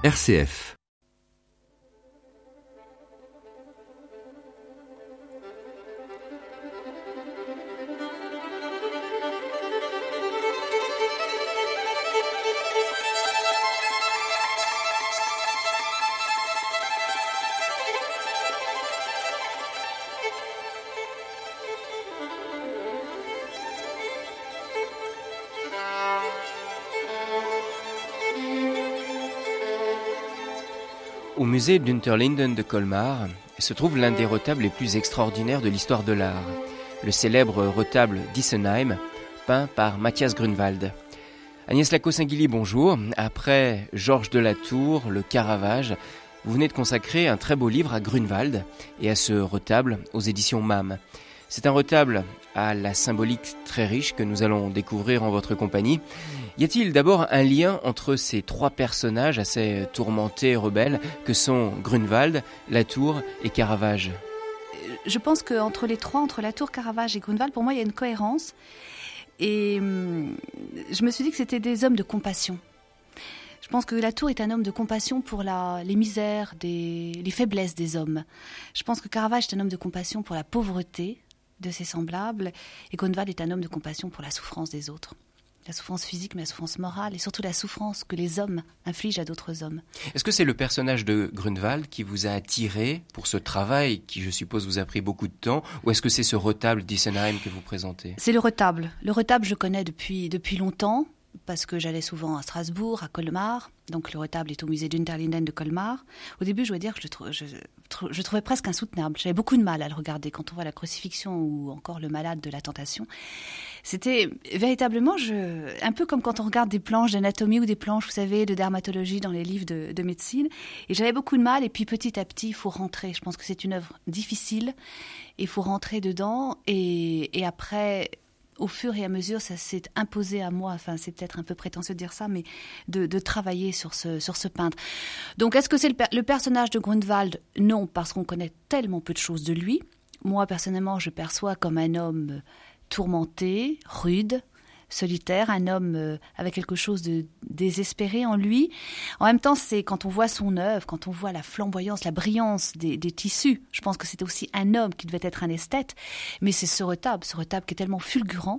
RCF. Au musée d'Unterlinden de Colmar se trouve l'un des retables les plus extraordinaires de l'histoire de l'art, le célèbre retable d'Issenheim, peint par Matthias Grünwald. Agnès Lacaud-Singuilly, bonjour. Après Georges de la Tour, le Caravage, vous venez de consacrer un très beau livre à Grünwald et à ce retable aux éditions MAM. C'est un retable à la symbolique très riche que nous allons découvrir en votre compagnie. Y a-t-il d'abord un lien entre ces trois personnages assez tourmentés et rebelles que sont Grünwald, Latour et Caravage? Je pense qu'entre les trois, entre Latour, Caravage et Grünwald, pour moi, il y a une cohérence. Et je me suis dit que c'était des hommes de compassion. Je pense que Latour est un homme de compassion pour les misères, les faiblesses des hommes. Je pense que Caravage est un homme de compassion pour la pauvreté de ses semblables. Et Grünwald est un homme de compassion pour la souffrance des autres. La souffrance physique, mais la souffrance morale, et surtout la souffrance que les hommes infligent à d'autres hommes. Est-ce que c'est le personnage de Grünwald qui vous a attiré pour ce travail, qui je suppose vous a pris beaucoup de temps, ou est-ce que c'est ce retable d'Issenheim que vous présentez? C'est le retable. Le retable, je connais depuis longtemps, parce que j'allais souvent à Strasbourg, à Colmar. Donc le retable est au musée d'Unterlinden de Colmar. Au début, je dois dire que je trouvais presque insoutenable. J'avais beaucoup de mal à le regarder quand on voit la crucifixion ou encore le malade de la tentation. C'était véritablement, un peu comme quand on regarde des planches d'anatomie ou des planches, vous savez, de dermatologie dans les livres de médecine. Et j'avais beaucoup de mal. Et puis petit à petit, il faut rentrer. Je pense que c'est une œuvre difficile. Il faut rentrer dedans. Et après, au fur et à mesure, ça s'est imposé à moi, enfin c'est peut-être un peu prétentieux de dire ça, mais de travailler sur ce peintre. Donc est-ce que c'est le personnage de Grünwald? Non, parce qu'on connaît tellement peu de choses de lui. Moi, personnellement, je perçois comme un homme tourmenté, rude, solitaire, un homme avec quelque chose de désespéré en lui. En même temps, c'est quand on voit son œuvre, quand on voit la flamboyance, la brillance des tissus, je pense que c'était aussi un homme qui devait être un esthète, mais c'est ce retable qui est tellement fulgurant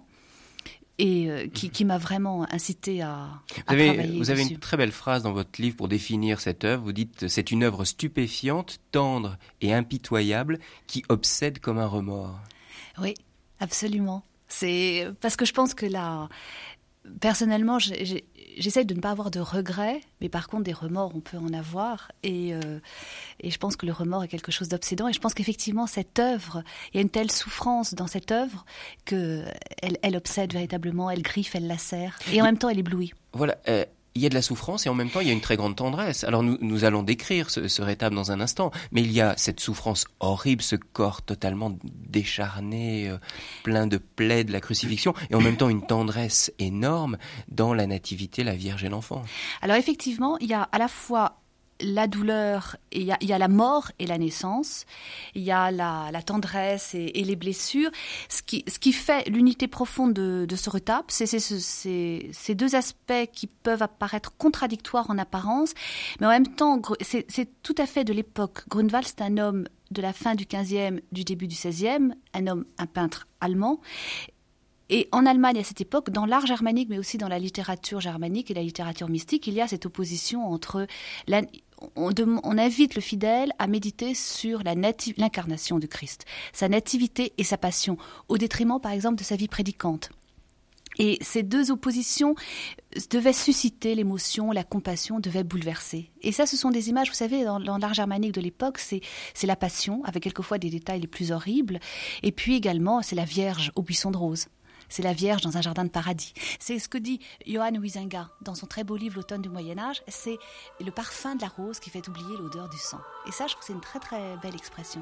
et qui m'a vraiment incité à travailler Vous avez dessus. une très belle phrase dans votre livre pour définir cette œuvre. Vous dites « C'est une œuvre stupéfiante, tendre et impitoyable qui obsède comme un remords ». Oui, absolument. C'est parce que je pense que personnellement, j'essaie de ne pas avoir de regrets, mais par contre, des remords, on peut en avoir. Et je pense que le remords est quelque chose d'obsédant. Et je pense qu'effectivement, cette œuvre, il y a une telle souffrance dans cette œuvre qu'elle obsède véritablement, elle griffe, elle lacère. Et en même temps, elle éblouit. Voilà. Il y a de la souffrance et en même temps il y a une très grande tendresse. Alors nous allons décrire ce retable dans un instant, mais il y a cette souffrance horrible, ce corps totalement décharné, plein de plaies de la crucifixion, et en même temps une tendresse énorme dans la nativité, la Vierge et l'enfant. Alors effectivement, il y a à la fois la douleur, il y a la mort et la naissance, il y a la tendresse et les blessures. Ce qui fait l'unité profonde de ce retable, c'est ces deux aspects qui peuvent apparaître contradictoires en apparence, mais en même temps, c'est tout à fait de l'époque. Grünwald, c'est un homme de la fin du XVe, du début du XVIe, un peintre allemand. Et en Allemagne, à cette époque, dans l'art germanique, mais aussi dans la littérature germanique et la littérature mystique, il y a cette opposition entre... On invite le fidèle à méditer sur l'incarnation du Christ, sa nativité et sa passion, au détriment, par exemple, de sa vie prédicante. Et ces deux oppositions devaient susciter l'émotion, la compassion, devaient bouleverser. Et ça, ce sont des images, vous savez, dans l'art germanique de l'époque, c'est la passion, avec quelquefois des détails les plus horribles. Et puis également, c'est la Vierge au buisson de roses. C'est la Vierge dans un jardin de paradis. C'est ce que dit Johann Huizinga dans son très beau livre L'automne du Moyen-Âge. C'est le parfum de la rose qui fait oublier l'odeur du sang. Et ça, je trouve que c'est une très très belle expression.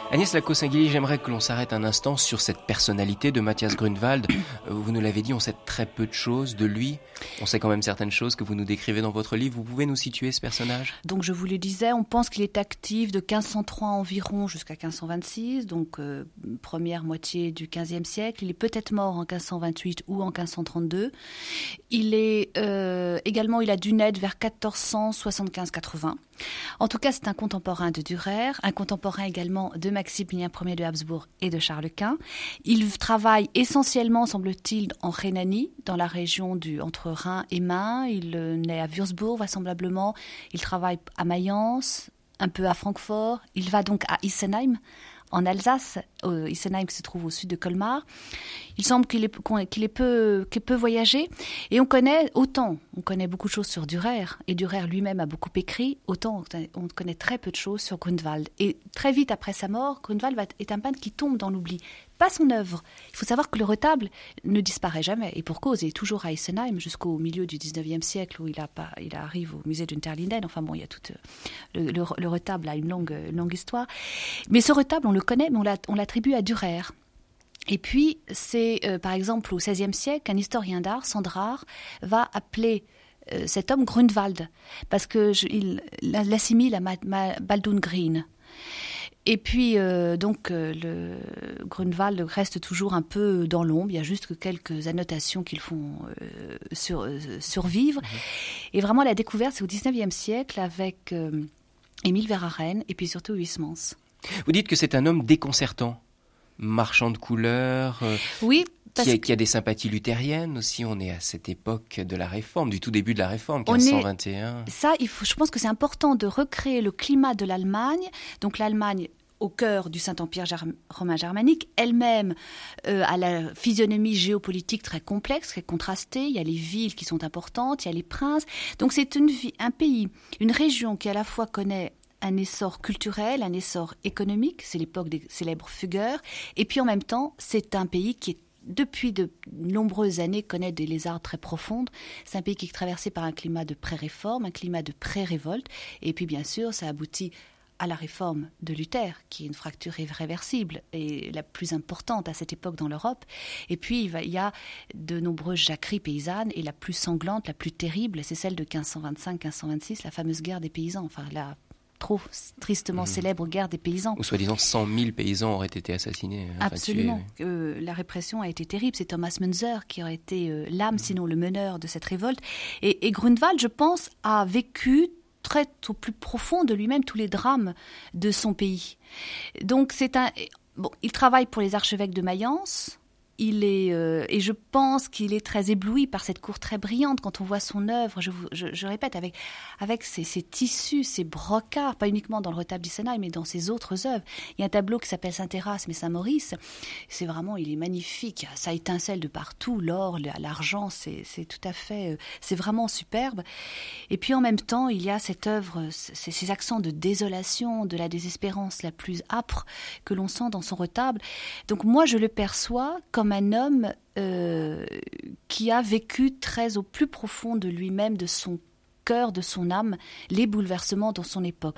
Agnès Lacaux-Singuilly, j'aimerais que l'on s'arrête un instant sur cette personnalité de Matthias Grünewald. Vous nous l'avez dit, on sait très peu de choses de lui. On sait quand même certaines choses que vous nous décrivez dans votre livre. Vous pouvez nous situer ce personnage ? Donc je vous le disais, on pense qu'il est actif de 1503 environ jusqu'à 1526, donc première moitié du XVe siècle. Il est peut-être mort en 1528 ou en 1532. Il est également, il a dû naître vers 1475-80. En tout cas, c'est un contemporain de Dürer, un contemporain également de Maximilien Ier de Habsbourg et de Charles Quint. Il travaille essentiellement, semble-t-il, en Rhénanie, dans la région entre Rhin et Main. Il naît à Würzburg, vraisemblablement. Il travaille à Mayence, un peu à Francfort. Il va donc à Isenheim, en Alsace. Isenheim qui se trouve au sud de Colmar. Il semble qu'il peut voyager. Et on connaît beaucoup de choses sur Dürer, et Dürer lui-même a beaucoup écrit, autant on connaît très peu de choses sur Grünewald. Et très vite après sa mort, Grünewald est un peintre qui tombe dans l'oubli. Pas son œuvre. Il faut savoir que le retable ne disparaît jamais, et pour cause, il est toujours à Isenheim jusqu'au milieu du 19e siècle où il arrive au musée d'Unterlinden. Enfin bon, il y a tout le retable a une longue histoire. Mais ce retable, on le connaît, mais on l'attribue à Dürer. Et puis, c'est par exemple au XVIe siècle qu'un historien d'art, Sandrard, va appeler cet homme Grünewald, parce qu'il l'assimile à Baldwin Green. Et puis, le Grünewald reste toujours un peu dans l'ombre. Il y a juste quelques annotations qui le font survivre. Et vraiment, la découverte, c'est au XIXe siècle avec Émile Verhaeren et puis surtout Huysmans. Vous dites que c'est un homme déconcertant, marchand de couleurs, oui, qui a des sympathies luthériennes aussi. On est à cette époque de la Réforme, du tout début de la Réforme, 1521. Je pense que c'est important de recréer le climat de l'Allemagne. Donc l'Allemagne au cœur du Saint-Empire romain germanique, elle-même a la physionomie géopolitique très complexe, très contrastée. Il y a les villes qui sont importantes, il y a les princes. Donc c'est un pays, une région qui à la fois connaît un essor culturel, un essor économique, c'est l'époque des célèbres fugueurs, et puis en même temps, c'est un pays qui depuis de nombreuses années connaît des lézardes très profondes. C'est un pays qui est traversé par un climat de pré-réforme, un climat de pré-révolte, et puis bien sûr, ça aboutit à la réforme de Luther, qui est une fracture irréversible et la plus importante à cette époque dans l'Europe. Et puis, il y a de nombreuses jacqueries paysannes, et la plus sanglante, la plus terrible, c'est celle de 1525-1526, la fameuse guerre des paysans, enfin la trop tristement célèbre guerre des paysans. Où soi-disant 100 000 paysans auraient été assassinés. Absolument. La répression a été terrible. C'est Thomas Münzer qui aurait été l'âme, sinon le meneur de cette révolte. Et Grünewald, je pense, a vécu très au plus profond de lui-même tous les drames de son pays. Donc il travaille pour les archevêques de Mayence. Et je pense qu'il est très ébloui par cette cour très brillante quand on voit son œuvre, je répète, avec ses tissus, ses brocarts, pas uniquement dans le retable d'Isenheim, mais dans ses autres œuvres. Il y a un tableau qui s'appelle Saint-Erasme et Saint-Maurice. Il est magnifique, ça étincelle de partout, l'or, l'argent, c'est tout à fait, c'est vraiment superbe. Et puis en même temps, il y a cette œuvre, ces accents de désolation, de la désespérance la plus âpre que l'on sent dans son retable. Donc moi, je le perçois comme un homme qui a vécu très au plus profond de lui-même, de son cœur, de son âme, les bouleversements dans son époque.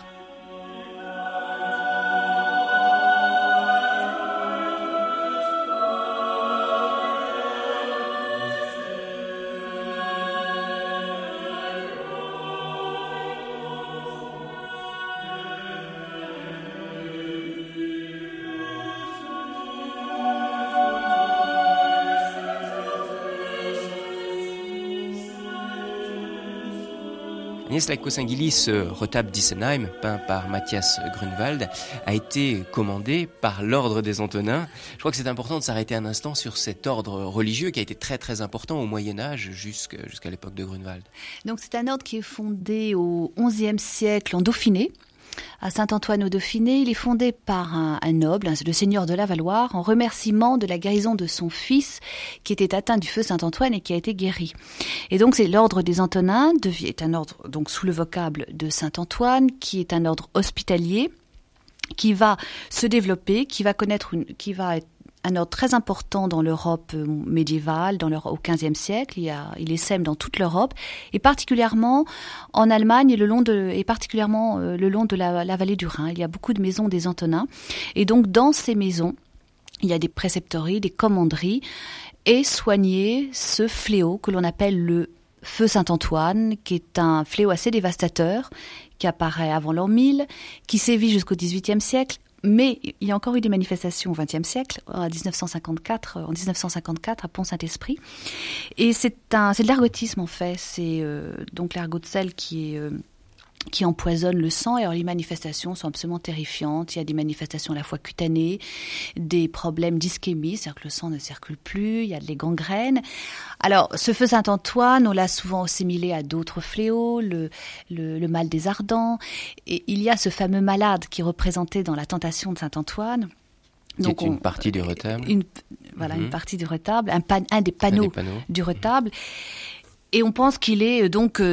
Agnès Lacaux-Singuilly, ce retable d'Isenheim, peint par Matthias Grünewald, a été commandé par l'ordre des Antonins. Je crois que c'est important de s'arrêter un instant sur cet ordre religieux qui a été très très important au Moyen-Âge jusqu'à l'époque de Grünewald. Donc c'est un ordre qui est fondé au XIe siècle en Dauphiné, à Saint-Antoine au Dauphiné. Il est fondé par un noble, le seigneur de Lavalloire, en remerciement de la guérison de son fils qui était atteint du feu Saint-Antoine et qui a été guéri. Et donc c'est l'ordre des Antonins, est un ordre donc sous le vocable de Saint-Antoine, qui est un ordre hospitalier, qui va se développer, qui va un ordre très important dans l'Europe médiévale, au XVe siècle. Il essaime dans toute l'Europe, et particulièrement en Allemagne et particulièrement le long de la vallée du Rhin. Il y a beaucoup de maisons des Antonins, et donc dans ces maisons, il y a des préceptories, des commanderies, et soigner ce fléau que l'on appelle le feu Saint-Antoine, qui est un fléau assez dévastateur, qui apparaît avant l'an 1000, qui sévit jusqu'au XVIIIe siècle, mais il y a encore eu des manifestations au XXe siècle, en 1954 à Pont-Saint-Esprit. Et c'est de l'ergotisme en fait, c'est donc l'ergot de sel qui empoisonne le sang. Et alors les manifestations sont absolument terrifiantes. Il y a des manifestations à la fois cutanées, des problèmes d'ischémie, c'est-à-dire que le sang ne circule plus, il y a des gangrènes. Alors ce feu Saint-Antoine, on l'a souvent assimilé à d'autres fléaux, le mal des ardents. Et il y a ce fameux malade qui est représenté dans la tentation de Saint-Antoine. Donc une partie du retable. Une partie du retable, un des panneaux du retable. Et on pense qu'il est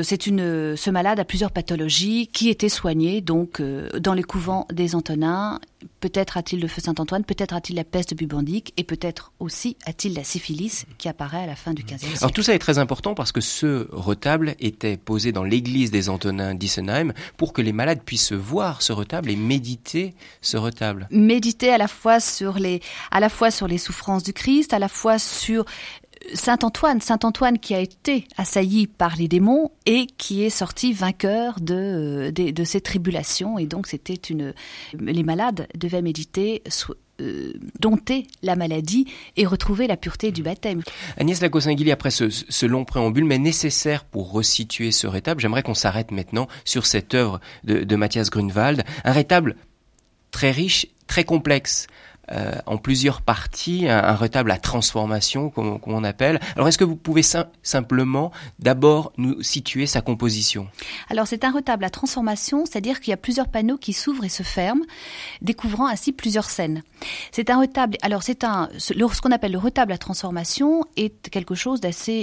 ce malade a plusieurs pathologies qui étaient soignées donc dans les couvents des Antonins. Peut-être a-t-il le feu Saint-Antoine, peut-être a-t-il la peste bubandique, et peut-être aussi a-t-il la syphilis qui apparaît à la fin du XVe siècle. Alors tout ça est très important parce que ce retable était posé dans l'église des Antonins d'Isenheim pour que les malades puissent voir ce retable et méditer ce retable. Méditer à la fois sur les souffrances du Christ, à la fois sur Saint-Antoine qui a été assailli par les démons et qui est sorti vainqueur de ces tribulations. Et donc les malades devaient méditer, dompter la maladie et retrouver la pureté du baptême. Agnès Lacosingili, après ce long préambule, mais nécessaire pour resituer ce retable, j'aimerais qu'on s'arrête maintenant sur cette œuvre de Matthias Grünewald, un retable très riche, très complexe. En plusieurs parties, un retable à transformation, comme on appelle. Alors, est-ce que vous pouvez simplement d'abord nous situer sa composition ? Alors, c'est un retable à transformation, c'est-à-dire qu'il y a plusieurs panneaux qui s'ouvrent et se ferment, découvrant ainsi plusieurs scènes. C'est un retable. Alors, ce qu'on appelle le retable à transformation est quelque chose d'assez,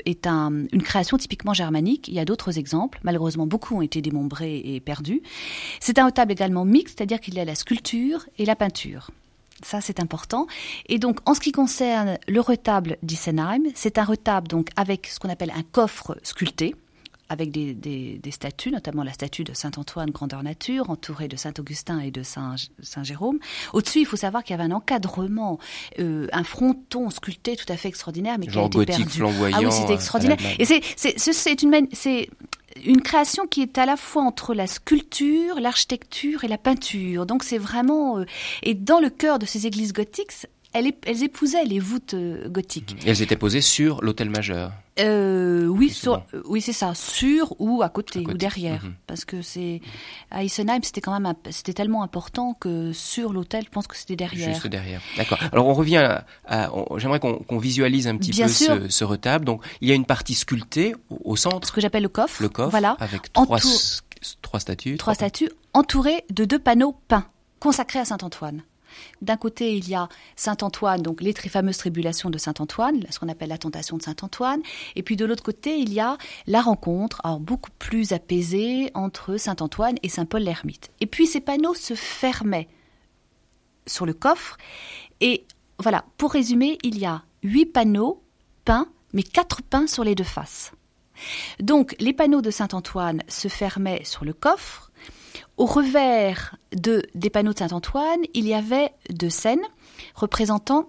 une création typiquement germanique. Il y a d'autres exemples. Malheureusement, beaucoup ont été démembrés et perdus. C'est un retable également mixte, c'est-à-dire qu'il y a la sculpture et la peinture. Ça, c'est important. Et donc, en ce qui concerne le retable d'Isenheim, c'est un retable donc avec ce qu'on appelle un coffre sculpté, avec des statues, notamment la statue de Saint-Antoine grandeur nature, entourée de Saint-Augustin et de Saint-Jérôme. Au-dessus, il faut savoir qu'il y avait un encadrement, un fronton sculpté tout à fait extraordinaire, mais genre qui a été perdu. Gothique, flamboyant. Ah oui, c'était extraordinaire. Et c'est une création qui est à la fois entre la sculpture, l'architecture et la peinture. Donc c'est vraiment... et dans le cœur de ces églises gothiques, elles épousaient les voûtes gothiques. Et elles étaient posées sur l'autel majeur. Oui, c'est ça, sur ou à côté. Ou derrière, parce que à Isenheim, c'était tellement important que sur l'autel, je pense que c'était derrière. Juste derrière. D'accord. Alors on revient j'aimerais qu'on visualise un petit peu ce retable. Donc il y a une partie sculptée au centre. Ce que j'appelle le coffre. Le coffre. Voilà. Avec trois statues. Trois statues entourées de 2 panneaux peints consacrés à Saint-Antoine. D'un côté, il y a Saint-Antoine, donc les très fameuses tribulations de Saint-Antoine, ce qu'on appelle la tentation de Saint-Antoine. Et puis de l'autre côté, il y a la rencontre, alors beaucoup plus apaisée, entre Saint-Antoine et Saint-Paul l'Ermite. Et puis ces panneaux se fermaient sur le coffre. Et voilà, pour résumer, il y a 8 panneaux peints, mais 4 peints sur les 2 faces. Donc les panneaux de Saint-Antoine se fermaient sur le coffre. Au revers des panneaux de Saint-Antoine, il y avait 2 scènes représentant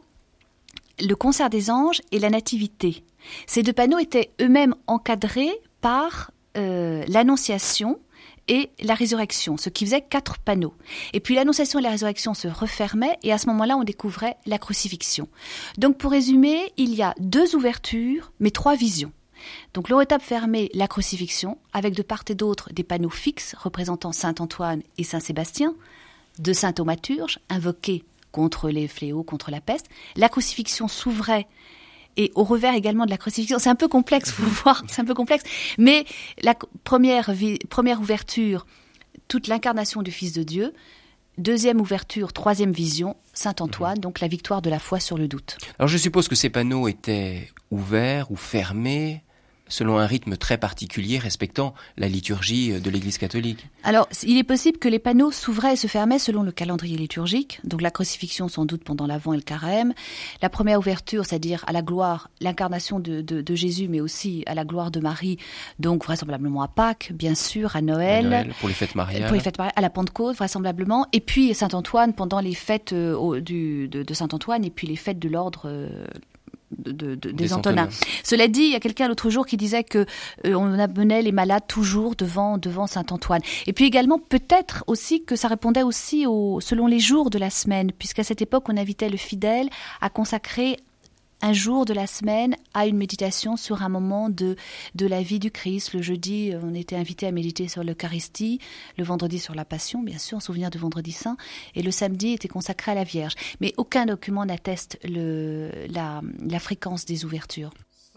le concert des anges et la nativité. Ces 2 panneaux étaient eux-mêmes encadrés par l'Annonciation et la Résurrection, ce qui faisait 4 panneaux. Et puis l'Annonciation et la Résurrection se refermaient et à ce moment-là, on découvrait la crucifixion. Donc pour résumer, il y a 2 ouvertures, mais 3 visions. Donc le retable fermé, la crucifixion, avec de part et d'autre des panneaux fixes représentant Saint-Antoine et Saint-Sébastien, de Saint Thaumaturge, invoqués contre les fléaux, contre la peste. La crucifixion s'ouvrait et au revers également de la crucifixion. C'est un peu complexe, vous voir, c'est un peu complexe. Mais la première ouverture, toute l'incarnation du Fils de Dieu. Deuxième ouverture, 3e vision, Saint-Antoine, donc la victoire de la foi sur le doute. Alors je suppose que ces panneaux étaient ouverts ou fermés selon un rythme très particulier respectant la liturgie de l'Église catholique. Alors, il est possible que les panneaux s'ouvraient et se fermaient selon le calendrier liturgique. Donc la crucifixion sans doute pendant l'Avent et le Carême. La première ouverture, c'est-à-dire à la gloire, l'incarnation de Jésus, mais aussi à la gloire de Marie. Donc vraisemblablement à Pâques, bien sûr, à Noël. Pour les fêtes mariales. Pour les fêtes mariales, à la Pentecôte, vraisemblablement. Et puis Saint-Antoine pendant les fêtes de Saint-Antoine et puis les fêtes de l'ordre... des Antonins. Cela dit, il y a quelqu'un l'autre jour qui disait que on amenait les malades toujours devant Saint-Antoine. Et puis également, peut-être aussi que ça répondait aussi selon les jours de la semaine, puisqu'à cette époque, on invitait le fidèle à consacrer un jour de la semaine à une méditation sur un moment de la vie du Christ. Le jeudi, on était invité à méditer sur l'Eucharistie, le vendredi sur la Passion, bien sûr, en souvenir de Vendredi Saint, et le samedi était consacré à la Vierge. Mais aucun document n'atteste la fréquence des ouvertures.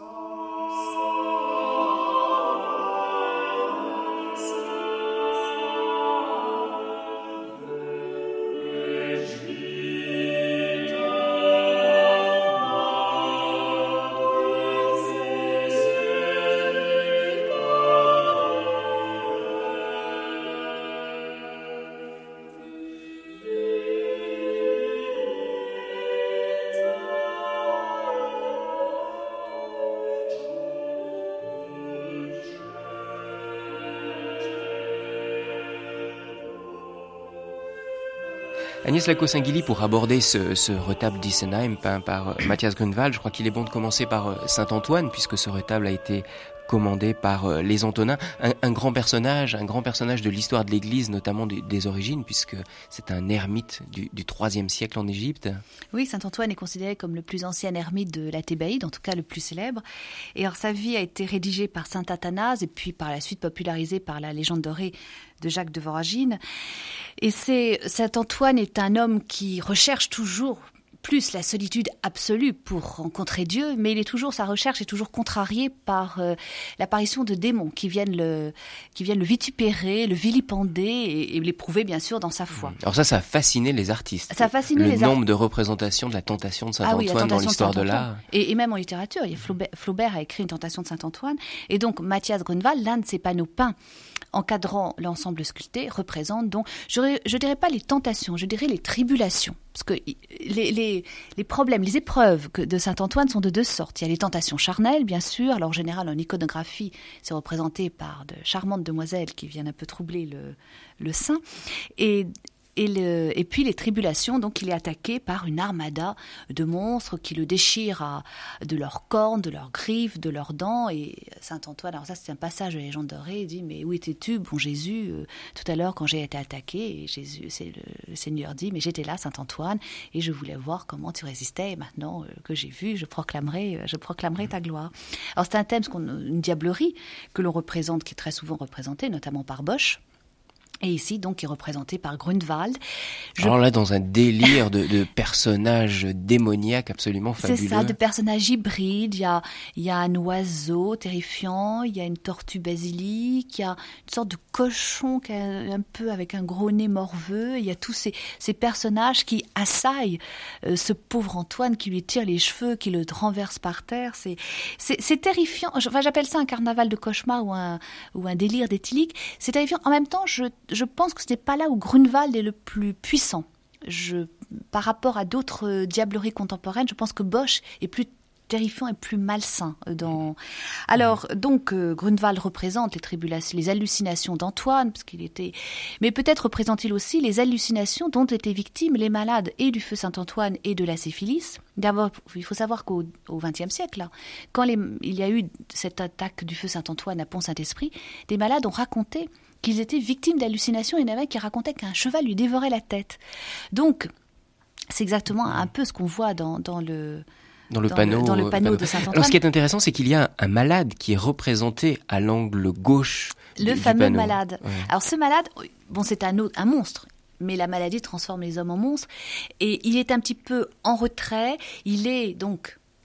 Agnès Lacos-Singhili, pour aborder ce retable d'Isenheim peint par Matthias Grünewald, je crois qu'il est bon de commencer par Saint-Antoine, puisque ce retable a été commandé par les Antonins, un grand personnage de l'histoire de l'Église, notamment des origines, puisque c'est un ermite du IIIe siècle en Égypte. Oui, Saint-Antoine est considéré comme le plus ancien ermite de la Thébaïde, en tout cas le plus célèbre. Et alors sa vie a été rédigée par saint Athanase et puis par la suite popularisée par la légende dorée de Jacques de Voragine. Et Saint-Antoine est un homme qui recherche toujours plus la solitude absolue pour rencontrer Dieu, mais sa recherche est toujours contrariée par l'apparition de démons qui viennent le vitupérer, le vilipender et l'éprouver bien sûr dans sa foi. Alors ça a fasciné les artistes. Ça a fasciné le nombre de représentations de la tentation de Saint-Antoine dans l'histoire de l'art. Et même en littérature, Flaubert a écrit une tentation de Saint-Antoine, et donc Matthias Grünewald, l'un de ses panneaux peints encadrant l'ensemble sculpté, représente donc, je dirais pas les tentations, je dirais les tribulations. Parce que les problèmes, les épreuves de Saint-Antoine sont de deux sortes. Il y a les tentations charnelles, bien sûr. Alors en général, en iconographie, c'est représenté par de charmantes demoiselles qui viennent un peu troubler le saint. Et puis les tribulations, donc il est attaqué par une armada de monstres qui le déchirent de leurs cornes, de leurs griffes, de leurs dents. Et Saint-Antoine, alors ça c'est un passage de la légende dorée, il dit « Mais où étais-tu, bon Jésus, tout à l'heure quand j'ai été attaqué ?» Et Jésus, le Seigneur dit « Mais j'étais là, Saint-Antoine, et je voulais voir comment tu résistais. Et maintenant que j'ai vu, je proclamerai ta gloire. » Alors c'est un thème, une diablerie que l'on représente, qui est très souvent représentée, notamment par Bosch. Et ici, donc, qui est représenté par Grünewald. Alors là, dans un délire de personnages démoniaques absolument fabuleux. C'est ça, de personnages hybrides. Il y a un oiseau terrifiant, il y a une tortue basilique, il y a une sorte de cochon qui est un peu avec un gros nez morveux. Il y a tous ces personnages qui assaillent ce pauvre Antoine, qui lui tire les cheveux, qui le renverse par terre. C'est terrifiant. Enfin, j'appelle ça un carnaval de cauchemar ou un délire d'éthylique. C'est terrifiant. En même temps, je pense que ce n'est pas là où Grünewald est le plus puissant. Par rapport à d'autres diableries contemporaines, je pense que Bosch est plus terrifiant et plus malsain. Alors, donc, Grünewald représente les tribulations, les hallucinations d'Antoine, mais peut-être représente-t-il aussi les hallucinations dont étaient victimes les malades et du feu Saint-Antoine et de la syphilis. D'abord, il faut savoir qu'au XXe siècle, là, quand il y a eu cette attaque du feu Saint-Antoine à Pont-Saint-Esprit, des malades ont raconté qu'ils étaient victimes d'hallucinations. Il y en avait qui racontaient qu'un cheval lui dévorait la tête. Donc, c'est exactement un peu ce qu'on voit dans le panneau de Saint-Antoine. Alors, ce qui est intéressant, c'est qu'il y a un malade qui est représenté à l'angle gauche du fameux malade. Ouais. Alors, ce malade, bon, c'est un monstre. Mais la maladie transforme les hommes en monstres. Et il est un petit peu en retrait. Il est donc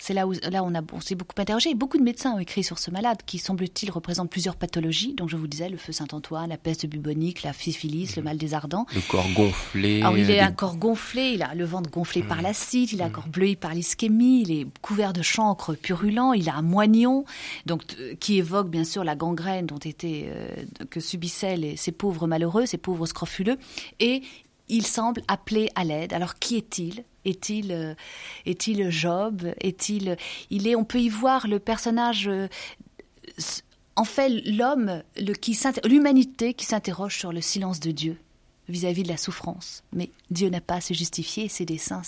C'est là on s'est beaucoup interrogé. Beaucoup de médecins ont écrit sur ce malade qui, semble-t-il, représente plusieurs pathologies. Donc je vous disais, le feu Saint-Antoine, la peste bubonique, la syphilis, le mal des ardents. Le corps gonflé. Alors il a un corps gonflé, il a le ventre gonflé par l'acide, il a un corps bleui par l'ischémie, il est couvert de chancre purulent, il a un moignon, donc qui évoque bien sûr la gangrène que subissaient ces pauvres malheureux, ces pauvres scrofuleux, et il semble appeler à l'aide. Alors qui est-il ? Est-il Job ? On peut y voir le personnage, en fait l'homme, l'humanité qui s'interroge sur le silence de Dieu vis-à-vis de la souffrance. Mais Dieu n'a pas à se justifier, ses desseins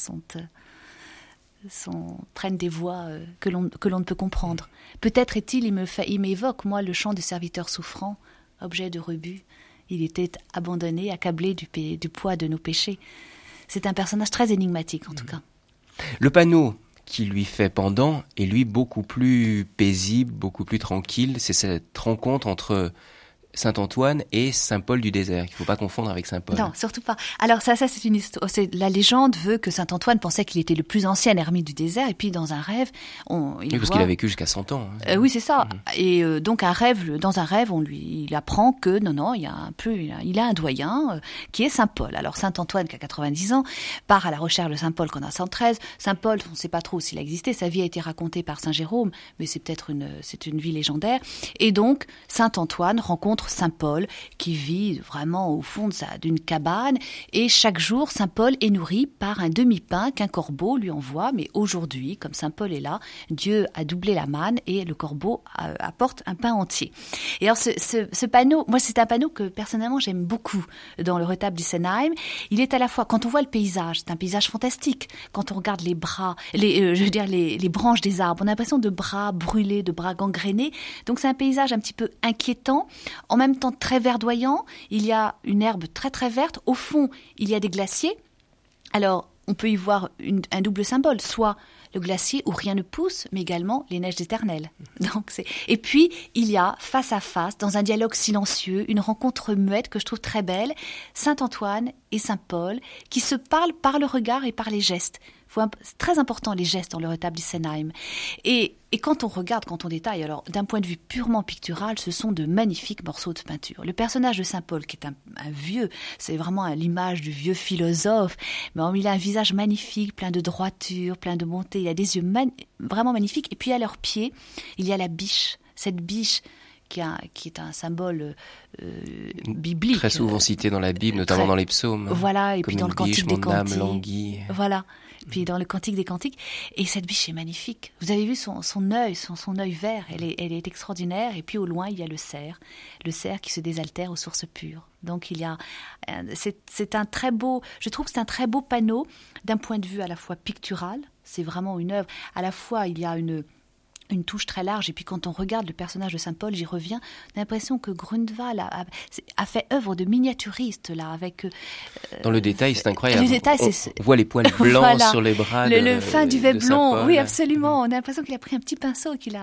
prennent des voies que l'on ne peut comprendre. Peut-être il m'évoque, moi, le chant du serviteur souffrant, objet de rebut. Il était abandonné, accablé du poids de nos péchés. C'est un personnage très énigmatique, en tout cas. Le panneau qui lui fait pendant est, lui, beaucoup plus paisible, beaucoup plus tranquille. C'est cette rencontre entre Saint-Antoine et Saint-Paul du désert, qu'il ne faut pas confondre avec Saint-Paul. Non, surtout pas. Alors ça c'est une histoire. La légende veut que Saint-Antoine pensait qu'il était le plus ancien ermite du désert, et puis dans un rêve, parce qu'il a vécu jusqu'à 100 ans. Oui, c'est ça. Et donc dans un rêve, il apprend que non, il a un doyen qui est Saint-Paul. Alors Saint-Antoine, qui a 90 ans, part à la recherche de Saint-Paul qu'on a 113. Saint-Paul, on ne sait pas trop s'il a existé. Sa vie a été racontée par Saint Jérôme, mais c'est une vie légendaire. Et donc Saint-Antoine rencontre Saint-Paul qui vit vraiment au fond d'une cabane, et chaque jour Saint-Paul est nourri par un demi-pain qu'un corbeau lui envoie. Mais aujourd'hui, comme Saint-Paul est là, Dieu a doublé la manne et le corbeau apporte un pain entier. Et alors ce panneau, moi c'est un panneau que personnellement j'aime beaucoup dans le retable d'Isenheim. Il est à la fois, quand on voit le paysage, c'est un paysage fantastique. Quand on regarde les branches des arbres, on a l'impression de bras brûlés, de bras gangrénés. Donc c'est un paysage un petit peu inquiétant, en même temps très verdoyant. Il y a une herbe très très verte. Au fond, il y a des glaciers. Alors, on peut y voir un double symbole, soit le glacier où rien ne pousse, mais également les neiges éternelles. Et puis, il y a face à face, dans un dialogue silencieux, une rencontre muette que je trouve très belle, Saint-Antoine et Saint-Paul, qui se parlent par le regard et par les gestes. C'est très important, les gestes dans le retable d'Isenheim. Et quand on regarde, quand on détaille, alors d'un point de vue purement pictural, ce sont de magnifiques morceaux de peinture. Le personnage de Saint-Paul, qui est un vieux, c'est vraiment l'image du vieux philosophe, mais il a un visage magnifique, plein de droiture, plein de bonté. Il a des yeux vraiment magnifiques. Et puis à leurs pieds, il y a la biche. Cette biche qui est un symbole biblique. Très souvent cité dans la Bible, notamment dans les psaumes. Voilà, et puis dans le Cantique des Cantiques. Mon âme languit. Voilà. Puis dans le Cantique des Cantiques. Et cette biche est magnifique. Vous avez vu son œil, son œil vert, elle est extraordinaire. Et puis au loin, il y a le cerf qui se désaltère aux sources pures. Donc c'est un très beau, je trouve que c'est un très beau panneau d'un point de vue à la fois pictural. C'est vraiment une œuvre. À la fois, il y a une touche très large, et puis quand on regarde le personnage de Saint-Paul, j'y reviens, on a l'impression que Grunewald a fait œuvre de miniaturiste là, avec dans le détail, c'est incroyable. Le détail, on voit les poils blancs voilà. Sur les bras, le fin duvet blond, oui absolument. On a l'impression qu'il a pris un petit pinceau, qu'il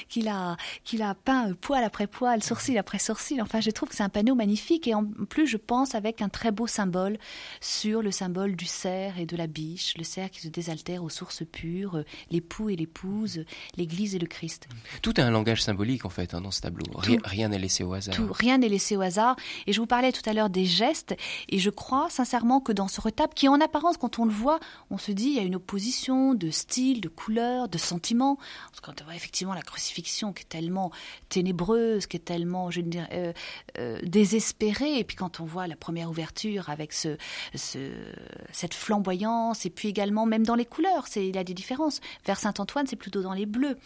a peint poil après poil, sourcil après sourcil. Enfin, je trouve que c'est un panneau magnifique, et en plus, je pense avec un très beau symbole sur le symbole du cerf et de la biche, le cerf qui se désaltère aux sources pures, l'époux et l'épouse, l'Église et le Christ. Tout a un langage symbolique en fait dans ce tableau. Rien n'est laissé au hasard. Rien n'est laissé au hasard. Et je vous parlais tout à l'heure des gestes, et je crois sincèrement que dans ce retable, qui en apparence, quand on le voit, on se dit il y a une opposition de style, de couleur, de sentiment. Quand on voit effectivement la crucifixion qui est tellement ténébreuse, qui est tellement, je dirais, désespérée, et puis quand on voit la première ouverture avec cette flamboyance, et puis également même dans les couleurs, il y a des différences. Vers Saint-Antoine, c'est plutôt dans les bleus.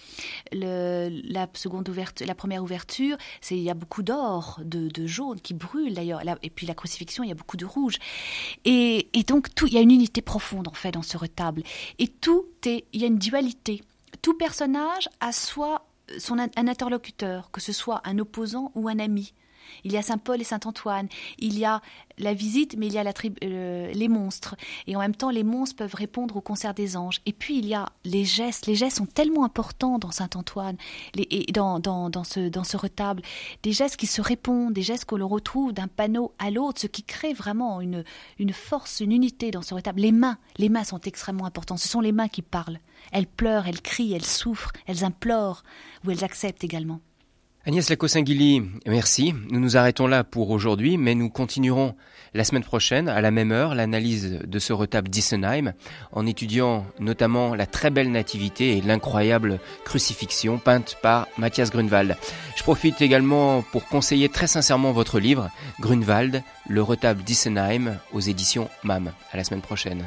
La première ouverture, il y a beaucoup d'or, de jaune qui brûle d'ailleurs, et puis la crucifixion, il y a beaucoup de rouge. Et donc il y a une unité profonde en fait dans ce retable. Et il y a une dualité. Tout personnage a soit un interlocuteur, que ce soit un opposant ou un ami. Il y a Saint Paul et Saint Antoine. Il y a la visite, mais il y a les monstres. Et en même temps, les monstres peuvent répondre au concert des anges. Et puis, il y a les gestes. Les gestes sont tellement importants dans Saint Antoine et dans ce retable. Des gestes qui se répondent, des gestes qu'on le retrouve d'un panneau à l'autre, ce qui crée vraiment une force, une unité dans ce retable. Les mains sont extrêmement importantes. Ce sont les mains qui parlent. Elles pleurent, elles crient, elles souffrent, elles implorent ou elles acceptent également. Agnès Lacosingili, merci. Nous nous arrêtons là pour aujourd'hui, mais nous continuerons la semaine prochaine, à la même heure, l'analyse de ce retable d'Isenheim, en étudiant notamment la très belle nativité et l'incroyable crucifixion peinte par Matthias Grünwald. Je profite également pour conseiller très sincèrement votre livre, Grünwald, le retable d'Isenheim, aux éditions MAM. À la semaine prochaine.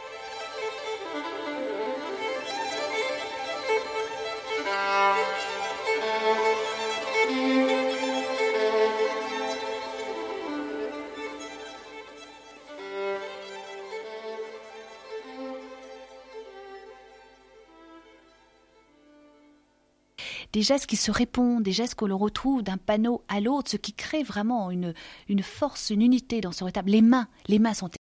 Des gestes qui se répondent, des gestes qu'on le retrouve d'un panneau à l'autre, ce qui crée vraiment une force, une unité dans ce retable. Les mains sont